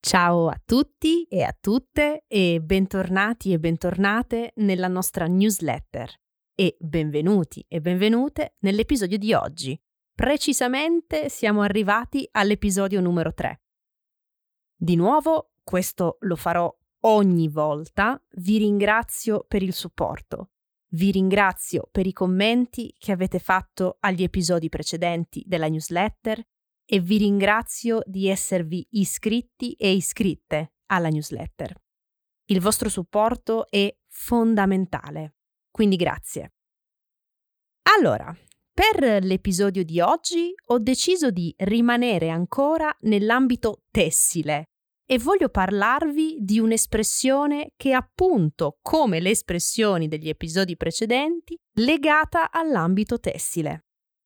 Ciao a tutti e a tutte e bentornati e bentornate nella nostra newsletter e benvenuti e benvenute nell'episodio di oggi. Precisamente siamo arrivati all'episodio numero 3. Di nuovo, questo lo farò ogni volta, vi ringrazio per il supporto. Vi ringrazio per i commenti che avete fatto agli episodi precedenti della newsletter e vi ringrazio di esservi iscritti e iscritte alla newsletter. Il vostro supporto è fondamentale, quindi grazie. Allora, per l'episodio di oggi ho deciso di rimanere ancora nell'ambito tessile e voglio parlarvi di un'espressione che è appunto, come le espressioni degli episodi precedenti, legata all'ambito tessile.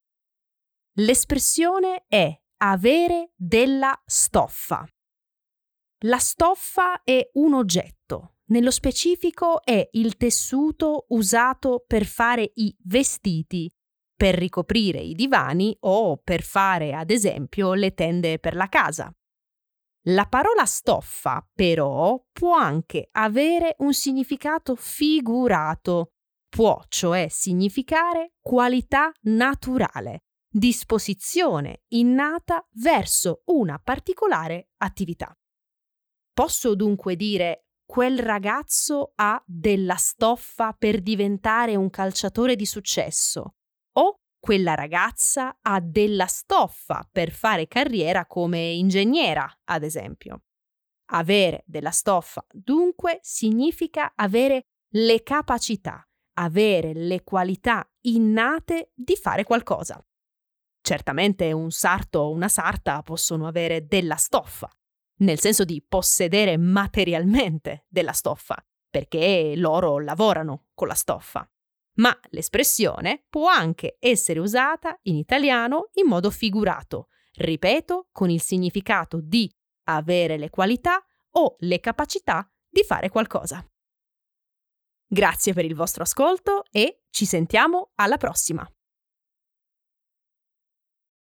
L'espressione è avere della stoffa. La stoffa è un oggetto, nello specifico è il tessuto usato per fare i vestiti, per ricoprire i divani o per fare, ad esempio, le tende per la casa. La parola stoffa, però, può anche avere un significato figurato, può cioè significare qualità naturale, disposizione innata verso una particolare attività. Posso dunque dire quel ragazzo ha della stoffa per diventare un calciatore di successo o quella ragazza ha della stoffa per fare carriera come ingegnera, ad esempio. Avere della stoffa, dunque, significa avere le capacità, avere le qualità innate di fare qualcosa. Certamente un sarto o una sarta possono avere della stoffa, nel senso di possedere materialmente della stoffa, perché loro lavorano con la stoffa. Ma l'espressione può anche essere usata in italiano in modo figurato, ripeto, con il significato di avere le qualità o le capacità di fare qualcosa. Grazie per il vostro ascolto e ci sentiamo alla prossima!